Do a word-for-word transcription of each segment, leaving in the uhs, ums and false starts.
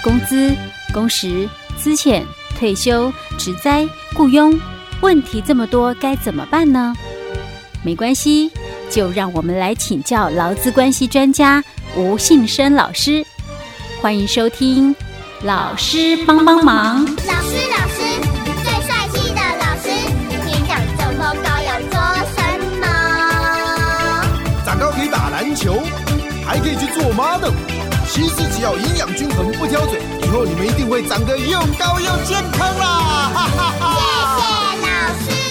工资、工时、资遣、退休、职灾、雇佣，问题这么多，该怎么办呢？没关系，就让我们来请教劳资关系专家吴信生老师。欢迎收听老师帮帮忙。 老师，老师，最帅气的老师，你长这么高要做什么？ 长高可以打篮球，还可以去做 model。其实只要营养均衡，不挑嘴，以后你们一定会长得又高又健康啦！哈哈哈！ 谢谢老师。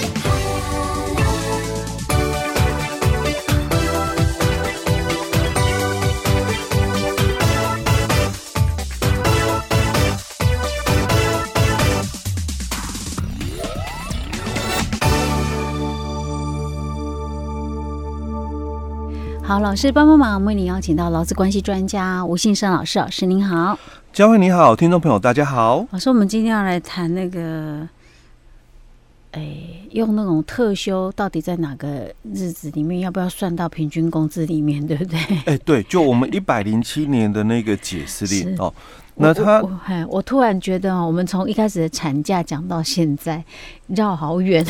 好，老师帮帮忙，为您邀请到劳资关系专家吴信生老师。老师您好。 嘉惠你好，听众朋友大家好。 老师，我们今天要来谈那个，哎，用那种特休到底在哪个日子里面，要不要算到平均工资里面，对不对？ 哎，对，就我们一百零七年的那个解释令哦。那他， 我我, 我突然觉得，我们从一开始的产假讲到现在，绕好远。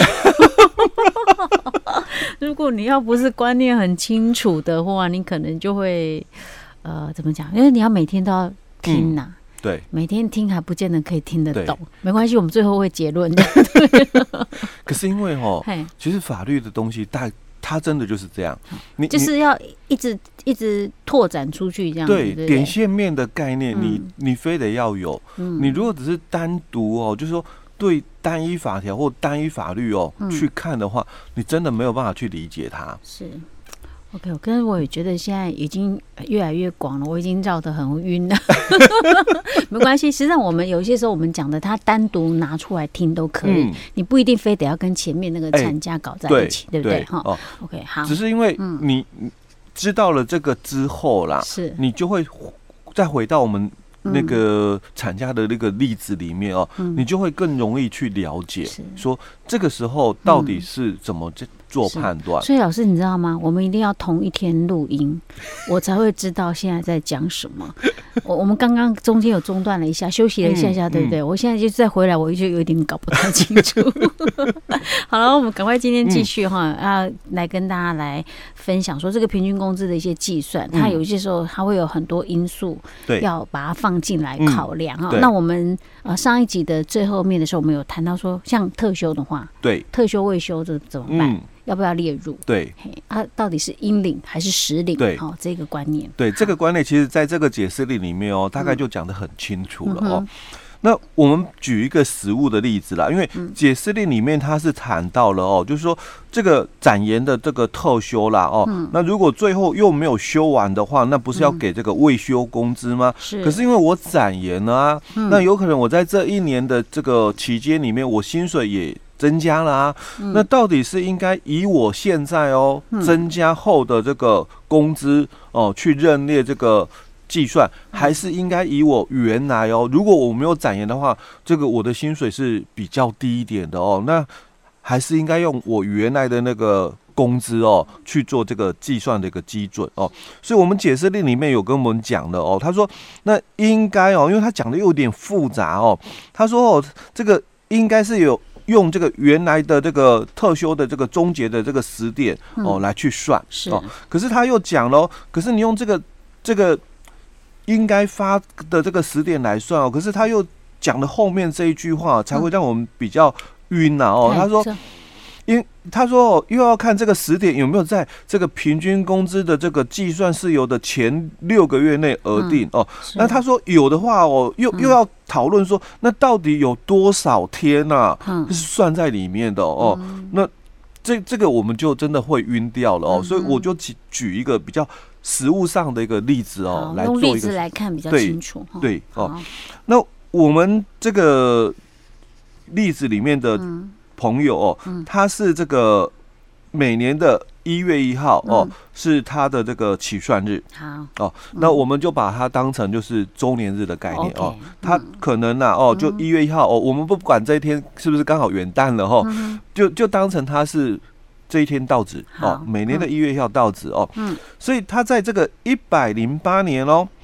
如果你要不是观念很清楚的话，你可能就会呃怎么讲？因为你要每天都要听呐、啊嗯， 对， 每天听还不见得可以听得懂。没关系，我们最后会结论的。 可是因为哦，其实法律的东西大。它真的就是这样， 你就是要一直一直拓展出去，这样子。对， 对点线面的概念，嗯、你你非得要有。嗯、你如果只是单独哦，就是说对单一法条或单一法律哦、嗯、去看的话，你真的没有办法去理解它。 是。OK， 我可是我也觉得现在已经越来越广了，我已经绕得很晕了。没关系，实际上我们有些时候我们讲的，它单独拿出来听都可以，嗯、你不一定非得要跟前面那个产假搞在一起，欸、对, 对不对？哈、哦、，OK， 好。 只是因为你知道了这个之后啦，是、嗯、你就会再回到我们那个产假的那个例子里面哦，嗯、你就会更容易去了解，说这个时候到底是怎么这。做判断， 所以老师你知道吗？我们一定要同一天录音，我才会知道现在在讲什么。我我们刚刚中间有中断了一下，休息了一下下，嗯、对不对？嗯、我现在就再回来，我就有点搞不太清楚。好了，我们赶快今天继续哈，嗯、要来跟大家来分享说这个平均工资的一些计算，嗯、它有些时候它会有很多因素，对，要把它放进来考量啊。嗯、那我们呃上一集的最后面的时候，我们有谈到说，像特休的话，对，特休未休这怎么办？嗯要不要列入？对，啊，到底是应领还是实领？对，哦，这个观念， 对，这个观念，其实在这个解释令里面哦，大概就讲得很清楚了哦。嗯、那我们举一个实务的例子啦，因为解释令里面它是谈到了哦，就是说这个展延的这个特休啦哦，嗯、那如果最后又没有休完的话，那不是要给这个未休工资吗？是。可是因为我展延了啊，嗯、那有可能我在这一年的这个期间里面，我薪水也增加了啊，嗯、那到底是应该以我现在哦、嗯、增加后的这个工资哦去认列这个计算，还是应该以我原来哦，如果我没有展延的话，这个我的薪水是比较低一点的哦，那还是应该用我原来的那个工资哦去做这个计算的一个基准哦。所以我们解释令里面有跟我们讲的哦，他说那应该哦，因为他讲的有点复杂哦，他说哦这个应该是有。用这个原来的这个特休的这个终结的这个时点哦、嗯、来去算哦，可是他又讲了，可是你用这个这个应该发的这个时点来算哦，可是他又讲了后面这一句话才会让我们比较晕呐、啊、哦，他说。因他说、哦、又要看这个时点有没有在这个平均工资的这个计算事由的前六个月内而定、嗯、哦。那他说有的话哦，又、嗯、又要讨论说，那到底有多少天啊、嗯、是算在里面的哦。嗯、那这这个我们就真的会晕掉了哦。嗯、所以我就举一个比较实务上的一个例子哦，来做一个用例子来看比较清楚。 对, 对哦，那我们这个例子里面的、嗯。朋友哦，嗯、他是这个每年的一月一号哦，嗯、是他的这个起算日。好哦，嗯、那我们就把它当成就是周年日的概念、okay, 哦。他可能呐、啊、哦，就一月一号哦，我们不管这一天是不是刚好元旦了哈、哦，嗯、就就当成他是这一天到职哦，每年的一月一号到职哦。嗯，所以他在这个一百零八年哦，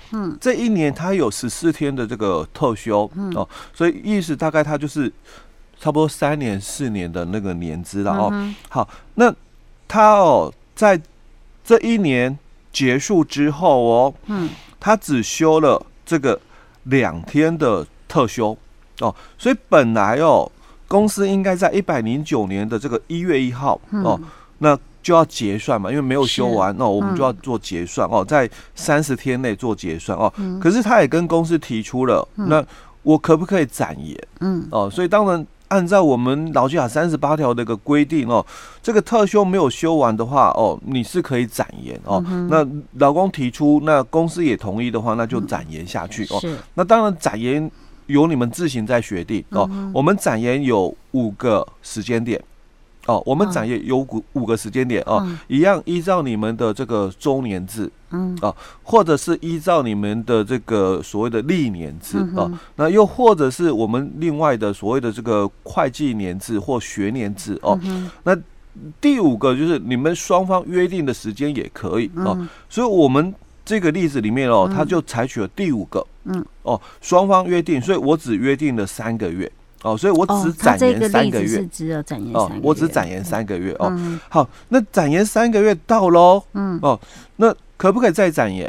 嗯， 这一年他有十四天的这个特休，嗯哦，所以意思大概他就是差不多三年四年的那个年资了哦。 嗯、 好，那他哦在这一年结束之后哦，嗯，他只休了这个两天的特休哦，所以本来哦公司应该在一百零九年的这个一月一号、嗯、哦，那就要结算嘛，因为没有休完哦，我们就要做结算、嗯、哦，在三十天内做结算哦、嗯。可是他也跟公司提出了，嗯、那我可不可以展延？嗯，哦，所以当然按照我们劳基法三十八条的一个规定哦，这个特休没有休完的话哦，你是可以展延哦、嗯。那劳工提出，那公司也同意的话，那就展延下去、嗯、哦。那当然展延由你们自行再决定哦、嗯。我们展延有五个时间点。哦，我们展延有五五个时间点哦、嗯，一样依照你们的这个周年制，嗯，哦，或者是依照你们的这个所谓的历年制、嗯、哦，那又或者是我们另外的所谓的这个会计年制或学年制哦、嗯，那第五个就是你们双方约定的时间也可以哦、嗯，所以我们这个例子里面哦，他就采取了第五个，嗯，哦，双方约定，所以我只约定了三个月。哦，所以我只展延三个月， 哦、只有展延三个月， 哦，我只展延三个月哦、嗯。好，那展延三个月到喽，嗯，哦，那可不可以再展延？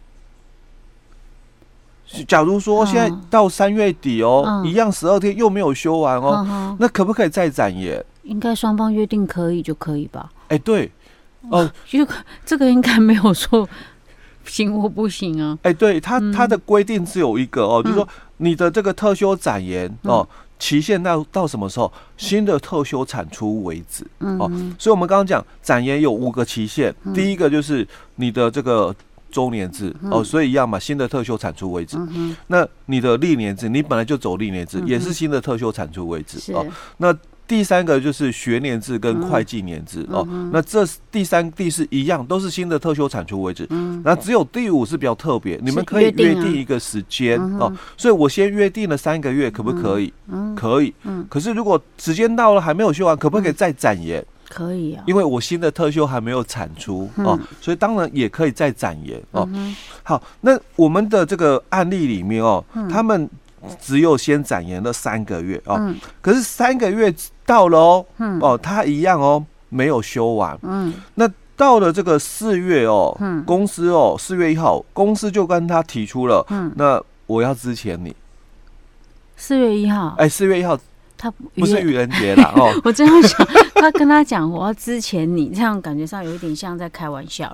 假如说现在到三月底哦，嗯、一样十二天又没有休完哦、嗯，那可不可以再展延？ 应该双方约定可以就可以吧？ 哎、欸，对，哦， 这个这个应该没有说行或不行啊。 哎、欸，对，它它的规定只有一个哦，嗯、就是说你的这个特休展延哦。嗯，期限到到什么时候？新的特休产出为止、嗯、哦，所以我们刚刚讲展延有五个期限、嗯，第一个就是你的这个周年制、嗯、哦，所以一样嘛，新的特休产出为止、嗯。那你的历年制，你本来就走历年制、嗯，也是新的特休产出为止哦。那第三个就是学年制跟会计年制、嗯、哦，那这第三、第四一样都是新的特休产出为止。嗯，那只有第五是比较特别，你们可以约定一个时间、啊、哦，所以我先约定了三个月，可不可以？嗯，可以。嗯，可是如果时间到了还没有休完，可不可以再展延？ 可以啊， 因为我新的特休还没有产出、嗯、哦，所以当然也可以再展延哦、嗯。好，那我们的这个案例里面哦，嗯、他们只有先展延了三个月哦、嗯，可是三个月到了哦，嗯、哦，他一样哦，没有休完。嗯，那到了这个四月哦，嗯、公司哦，四月一号，公司就跟他提出了，嗯，那我要资遣你。 四月一号， 哎，四月一号。 他不是愚人节啦哦， 我这样想，他跟他讲我要资遣你，这样感觉上有一点像在开玩笑。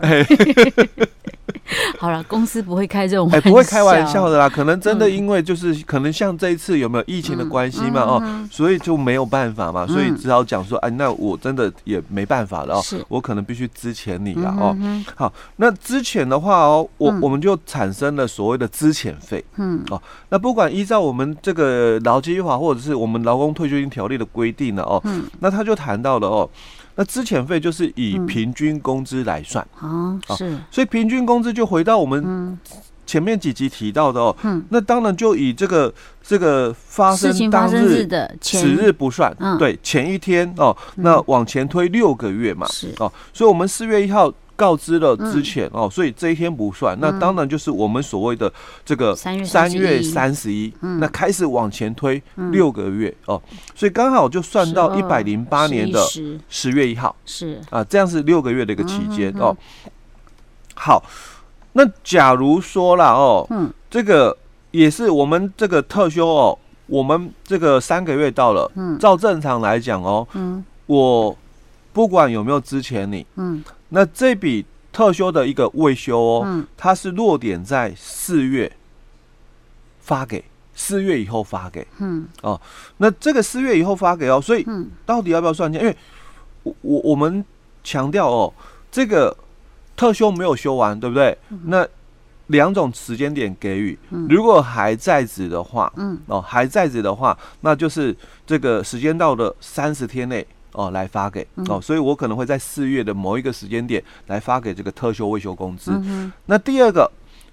好了，公司不会开这种玩笑， 哎、欸，不会开玩笑的啦。可能真的因为就是、嗯、可能像这一次有没有疫情的关系嘛、嗯嗯、哦，所以就没有办法嘛，所以只好讲说，哎，那我真的也没办法了哦，我可能必须资遣你了哦、嗯。好，那资遣的话哦，我、嗯、我们就产生了所谓的资遣费。嗯，哦，那不管依照我们这个劳基法或者是我们劳工退休金条例的规定呢哦，嗯，那他就谈到了哦。那资遣费就是以平均工资来算、 嗯、哦，是， 所以平均工资就回到我们前面几集提到的哦，嗯，那当然就以这个这个发生当日的此日不算，嗯、对，前一天哦，那往前推六个月嘛，是哦，所以我们四月一号告知了之前、嗯、哦，所以这一天不算、嗯，那当然就是我们所谓的这个三月三十一，那开始往前推六个月、嗯、哦，所以刚好就算到一百零八年的十月一号， 是啊，这样是六个月的一个期间、嗯、哦。好，那假如说啦哦，嗯，这个也是我们这个特休哦，我们这个三个月到了，嗯，照正常来讲哦，嗯，我不管有没有资遣你，嗯。那这笔特休的一个未休哦、嗯，它是落点在四月发给，四月以后发给，嗯，哦，那这个四月以后发给哦，所以到底要不要算钱？因为我我我们强调哦，这个特休没有休完，对不对？嗯、那两种时间点给予，嗯、如果还在职的话，嗯，哦，还在职的话，那就是这个时间到了三十天内。哦，来发给哦，所以我可能会在四月的某一个时间点来发给这个特休未休工资、嗯。那第二个，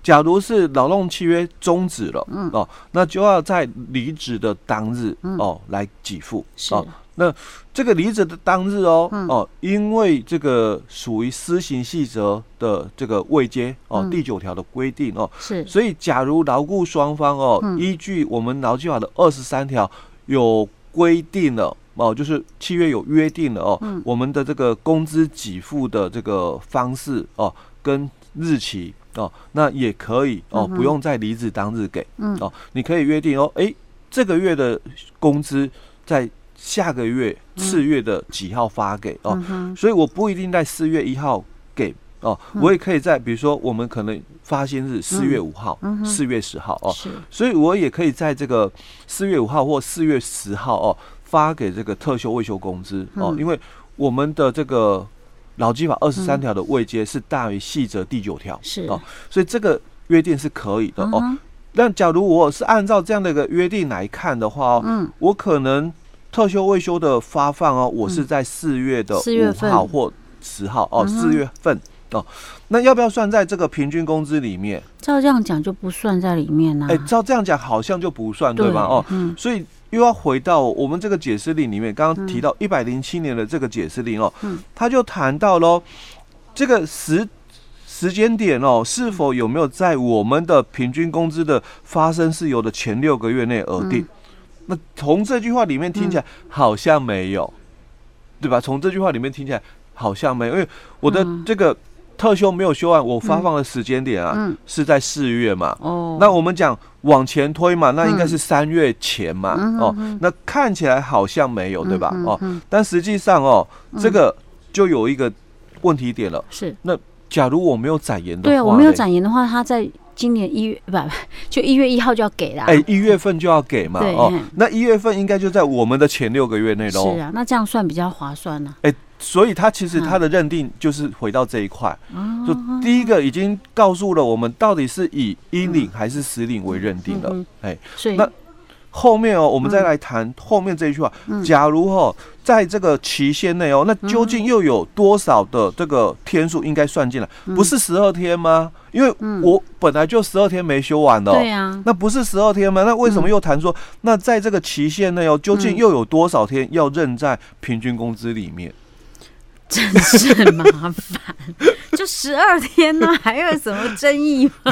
假如是劳动契约终止了，嗯哦，那就要在离职的当日、嗯、哦来给付哦。那这个离职的当日哦、嗯、哦，因为这个属于施行细则的这个位阶哦、嗯、第九条的规定哦， 是， 所以假如劳雇双方哦、嗯、依据我们劳基法的二十三条有规定了哦，就是契约有约定了哦、嗯，我们的这个工资给付的这个方式哦跟日期哦，那也可以哦，嗯、不用在离职当日给、嗯、哦，你可以约定哦，哎，这个月的工资在下个月次月的几号发给、嗯、哦，所以我不一定在四月一号给哦、嗯，我也可以在比如说我们可能发薪日四月五号、四、嗯、月十号哦，所以我也可以在这个四月五号或四月十号哦发给这个特休未休工资、嗯、哦，因为我们的这个劳基法二十三条的位阶是大于细则第九条，是哦，所以这个约定是可以的、嗯、哦。那假如我是按照这样的一个约定来看的话、哦嗯、我可能特休未休的发放哦，我是在四月的五号或十号哦，四月份哦，那要不要算在这个平均工资里面？ 照这样讲就不算在里面啊。 哎、欸，照这样讲好像就不算， 对, 对吧？哦、嗯，所以又要回到我们这个解释令里面，刚刚提到一百零七年的这个解释令哦，嗯，他就谈到喽，这个时时间点哦，是否有没有在我们的平均工资的发生事由的前六个月内而定？嗯，那从这句话里面听起来好像没有、嗯、对吧？从这句话里面听起来好像没有，因为我的这个特休没有休完，我发放的时间点啊、嗯、是在四月嘛、哦、那我们讲往前推嘛，那应该是三月前嘛、嗯、哦、嗯，那看起来好像没有，对吧？嗯、哦、嗯，但实际上哦、嗯，这个就有一个问题点了，是那假如我没有展延的话， 对啊，我没有展延的话，他在今年一月不就一月一号就要给啦， 哎、欸，一月份就要给嘛，哦，那一月份应该就在我们的前六个月内喽。 是啊，那这样算比较划算呢、啊。 哎、欸，所以他其实他的认定就是回到这一块、嗯，就第一个已经告诉了我们到底是以应领还是实领为认定了，哎、嗯欸，所以那后面哦，我们再来谈后面这一句话，嗯、假如哦，在这个期限内哦，那究竟又有多少的这个天数应该算进来？嗯、不是十二天吗？因为我本来就十二天没休完的、哦，对啊，那不是十二天吗？那为什么又谈说，嗯、那在这个期限内哦，究竟又有多少天要认在平均工资里面？ 真是麻烦，就十二天呢、啊，还有什么争议吗？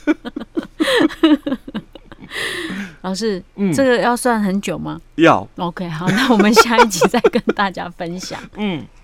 老师、嗯，这个要算很久吗？ 要。 OK， 好，那我们下一集再跟大家分享。嗯。